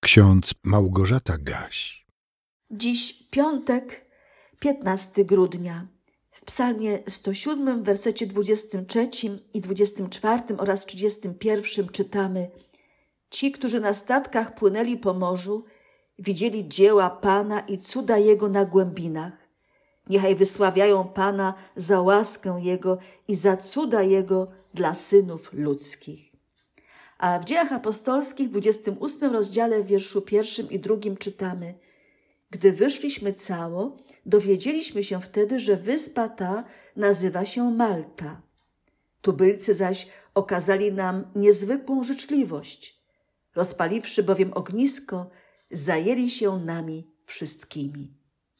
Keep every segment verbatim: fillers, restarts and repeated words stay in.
Ksiądz Małgorzata Gaś. Dziś piątek, piętnastego grudnia. W psalmie sto siódmym, w wersecie dwudziestym trzecim i dwudziestym czwartym oraz trzydziestym pierwszym czytamy: Ci, którzy na statkach płynęli po morzu, widzieli dzieła Pana i cuda Jego na głębinach. Niechaj wysławiają Pana za łaskę Jego i za cuda Jego dla synów ludzkich. A w Dziejach Apostolskich w dwudziestym ósmym rozdziale w wierszu pierwszym i drugim czytamy: Gdy wyszliśmy cało, dowiedzieliśmy się wtedy, że wyspa ta nazywa się Malta. Tubylcy zaś okazali nam niezwykłą życzliwość. Rozpaliwszy bowiem ognisko, zajęli się nami wszystkimi.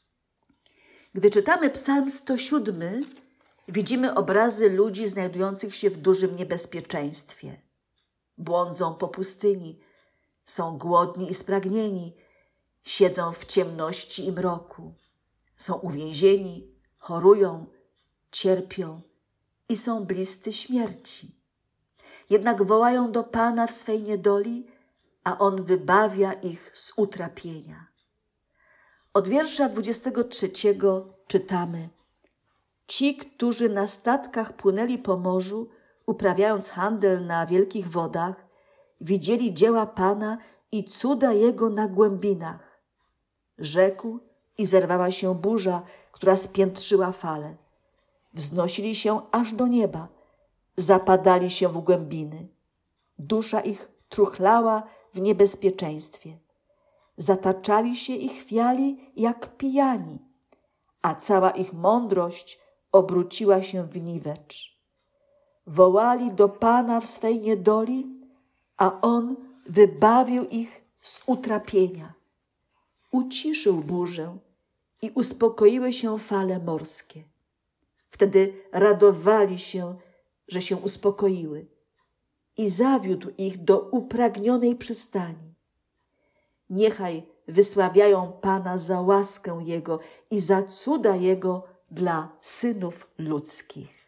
Gdy czytamy psalm sto siódmy, widzimy obrazy ludzi znajdujących się w dużym niebezpieczeństwie. Błądzą po pustyni, są głodni i spragnieni, siedzą w ciemności i mroku, są uwięzieni, chorują, cierpią i są bliscy śmierci. Jednak wołają do Pana w swej niedoli, a On wybawia ich z utrapienia. Od wiersza dwudziestego trzeciego czytamy: Ci, którzy na statkach płynęli po morzu, uprawiając handel na wielkich wodach, widzieli dzieła Pana i cuda Jego na głębinach. Rzekł i zerwała się burza, która spiętrzyła fale. Wznosili się aż do nieba, zapadali się w głębiny. Dusza ich truchlała w niebezpieczeństwie. Zataczali się i chwiali jak pijani, a cała ich mądrość obróciła się w niwecz. Wołali do Pana w swej niedoli, a On wybawił ich z utrapienia. Uciszył burzę i uspokoiły się fale morskie. Wtedy radowali się, że się uspokoiły, i zawiódł ich do upragnionej przystani. Niechaj wysławiają Pana za łaskę Jego i za cuda Jego dla synów ludzkich.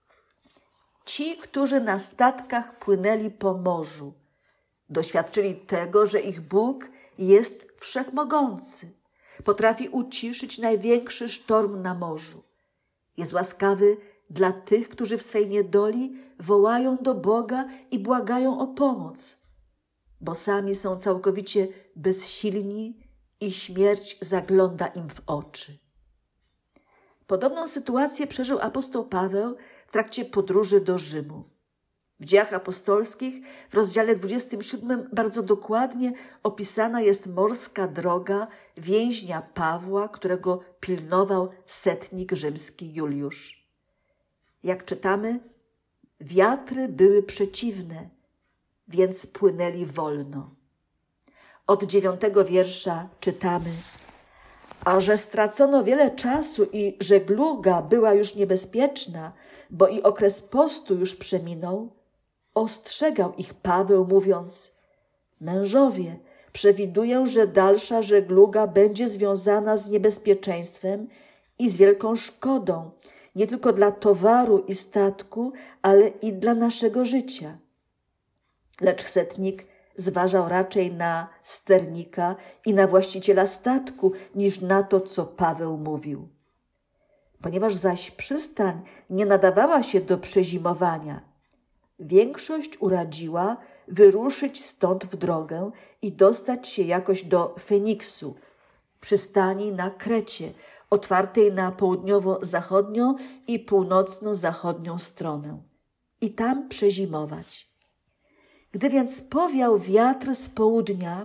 Ci, którzy na statkach płynęli po morzu, doświadczyli tego, że ich Bóg jest wszechmogący, potrafi uciszyć największy sztorm na morzu. Jest łaskawy dla tych, którzy w swej niedoli wołają do Boga i błagają o pomoc, bo sami są całkowicie bezsilni i śmierć zagląda im w oczy. Podobną sytuację przeżył apostoł Paweł w trakcie podróży do Rzymu. W Dziejach Apostolskich w rozdziale dwudziestym siódmym bardzo dokładnie opisana jest morska droga więźnia Pawła, którego pilnował setnik rzymski Juliusz. Jak czytamy, wiatry były przeciwne, więc płynęli wolno. Od dziewiątego wiersza czytamy: A że stracono wiele czasu i żegluga była już niebezpieczna, bo i okres postu już przeminął, ostrzegał ich Paweł, mówiąc: Mężowie, przewiduję, że dalsza żegluga będzie związana z niebezpieczeństwem i z wielką szkodą, nie tylko dla towaru i statku, ale i dla naszego życia. Lecz setnik zważał raczej na sternika i na właściciela statku, niż na to, co Paweł mówił. Ponieważ zaś przystań nie nadawała się do przezimowania, większość uradziła wyruszyć stąd w drogę i dostać się jakoś do Feniksu, przystani na Krecie, otwartej na południowo-zachodnią i północno-zachodnią stronę, i tam przezimować. Gdy więc powiał wiatr z południa,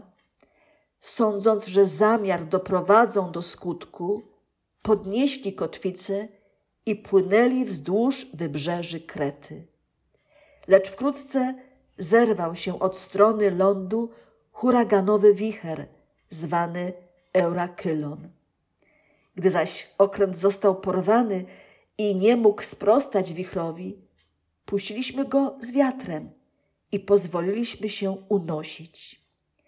sądząc, że zamiar doprowadzą do skutku, podnieśli kotwicę i płynęli wzdłuż wybrzeży Krety. Lecz wkrótce zerwał się od strony lądu huraganowy wicher, zwany Eurakylon. Gdy zaś okręt został porwany i nie mógł sprostać wichrowi, puściliśmy go z wiatrem i pozwoliliśmy się unosić,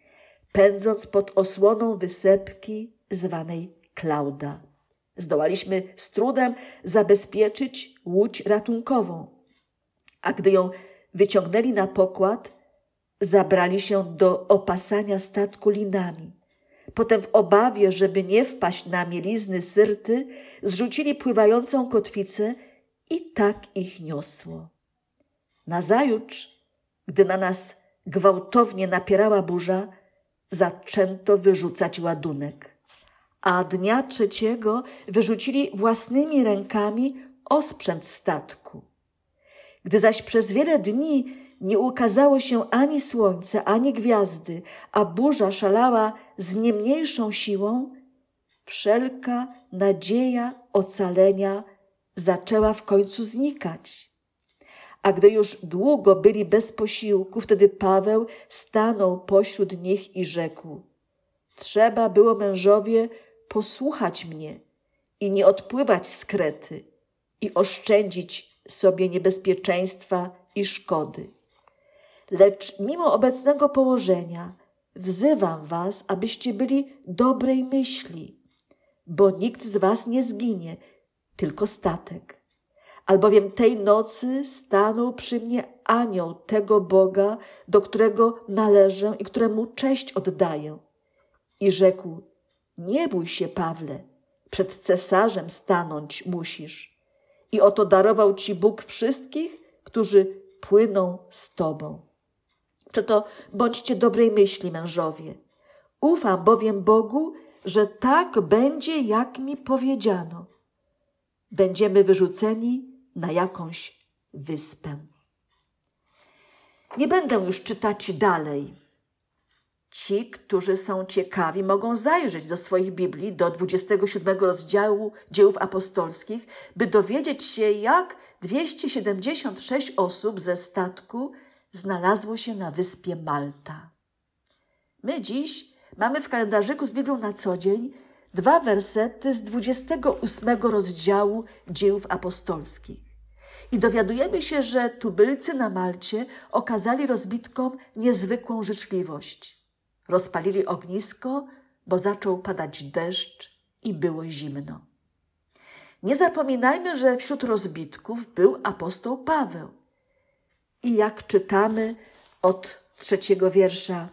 pędząc pod osłoną wysepki zwanej Klauda. Zdołaliśmy z trudem zabezpieczyć łódź ratunkową, a gdy ją wyciągnęli na pokład, zabrali się do opasania statku linami. Potem w obawie, żeby nie wpaść na mielizny Syrty, zrzucili pływającą kotwicę i tak ich niosło. Nazajutrz, gdy na nas gwałtownie napierała burza, zaczęto wyrzucać ładunek, a dnia trzeciego wyrzucili własnymi rękami osprzęt statku. Gdy zaś przez wiele dni nie ukazało się ani słońce, ani gwiazdy, a burza szalała z nie mniejszą siłą, wszelka nadzieja ocalenia zaczęła w końcu znikać. A gdy już długo byli bez posiłku, wtedy Paweł stanął pośród nich i rzekł: trzeba było, mężowie, posłuchać mnie i nie odpływać z Krety i oszczędzić sobie niebezpieczeństwa i szkody. Lecz mimo obecnego położenia wzywam was, abyście byli dobrej myśli, bo nikt z was nie zginie, tylko statek. Albowiem tej nocy stanął przy mnie anioł tego Boga, do którego należę i któremu cześć oddaję. I rzekł: nie bój się, Pawle, przed cesarzem stanąć musisz. I oto darował ci Bóg wszystkich, którzy płyną z tobą. Przeto bądźcie dobrej myśli, mężowie. Ufam bowiem Bogu, że tak będzie, jak mi powiedziano. Będziemy wyrzuceni na jakąś wyspę. Nie będę już czytać dalej. Ci, którzy są ciekawi, mogą zajrzeć do swoich Biblii, do dwudziestego siódmego rozdziału Dziejów Apostolskich, by dowiedzieć się, jak dwieście siedemdziesiąt sześć osób ze statku znalazło się na wyspie Malta. My dziś mamy w kalendarzyku z Biblią na co dzień dwa wersety z dwudziestego ósmego rozdziału Dziejów Apostolskich. I dowiadujemy się, że tubylcy na Malcie okazali rozbitkom niezwykłą życzliwość. Rozpalili ognisko, bo zaczął padać deszcz i było zimno. Nie zapominajmy, że wśród rozbitków był apostoł Paweł. I jak czytamy od trzeciego wiersza,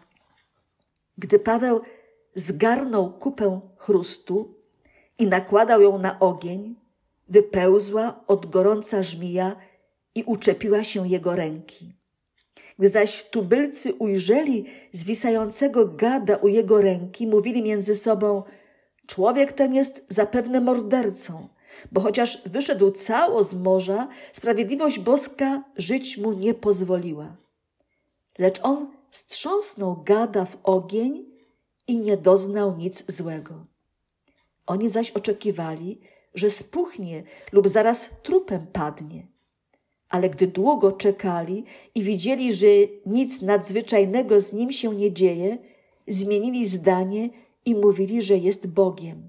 gdy Paweł zgarnął kupę chrustu i nakładał ją na ogień, wypełzła od gorąca żmija i uczepiła się jego ręki. Gdy zaś tubylcy ujrzeli zwisającego gada u jego ręki, mówili między sobą: człowiek ten jest zapewne mordercą, bo chociaż wyszedł cało z morza, sprawiedliwość boska żyć mu nie pozwoliła. Lecz on strząsnął gada w ogień i nie doznał nic złego. Oni zaś oczekiwali, że spuchnie lub zaraz trupem padnie. Ale gdy długo czekali i widzieli, że nic nadzwyczajnego z nim się nie dzieje, zmienili zdanie i mówili, że jest Bogiem.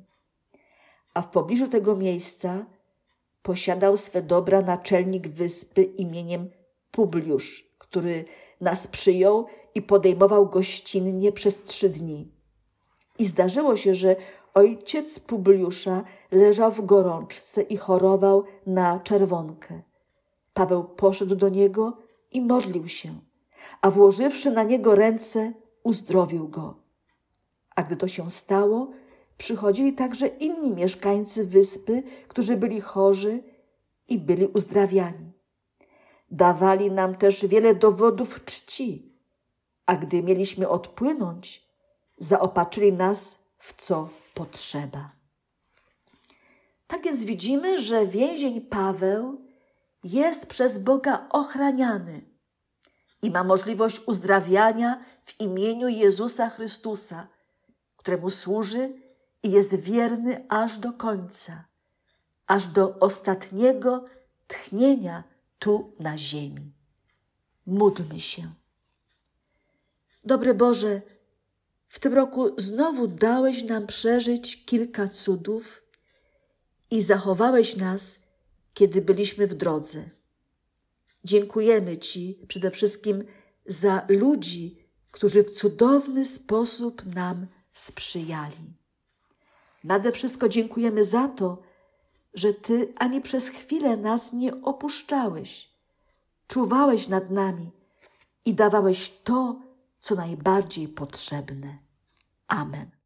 A w pobliżu tego miejsca posiadał swe dobra naczelnik wyspy imieniem Publiusz, który nas przyjął i podejmował gościnnie przez trzy dni. I zdarzyło się, że ojciec Publiusza leżał w gorączce i chorował na czerwonkę. Paweł poszedł do niego i modlił się, a włożywszy na niego ręce, uzdrowił go. A gdy to się stało, przychodzili także inni mieszkańcy wyspy, którzy byli chorzy i byli uzdrawiani. Dawali nam też wiele dowodów czci, a gdy mieliśmy odpłynąć, zaopatrzyli nas w co potrzeba. Tak więc widzimy, że więzień Paweł jest przez Boga ochraniany i ma możliwość uzdrawiania w imieniu Jezusa Chrystusa, któremu służy i jest wierny aż do końca, aż do ostatniego tchnienia tu na ziemi. Módlmy się. Dobry Boże, w tym roku znowu dałeś nam przeżyć kilka cudów i zachowałeś nas, kiedy byliśmy w drodze. Dziękujemy Ci przede wszystkim za ludzi, którzy w cudowny sposób nam sprzyjali. Nade wszystko dziękujemy za to, że Ty ani przez chwilę nas nie opuszczałeś, czuwałeś nad nami i dawałeś to, co najbardziej potrzebne. Amen.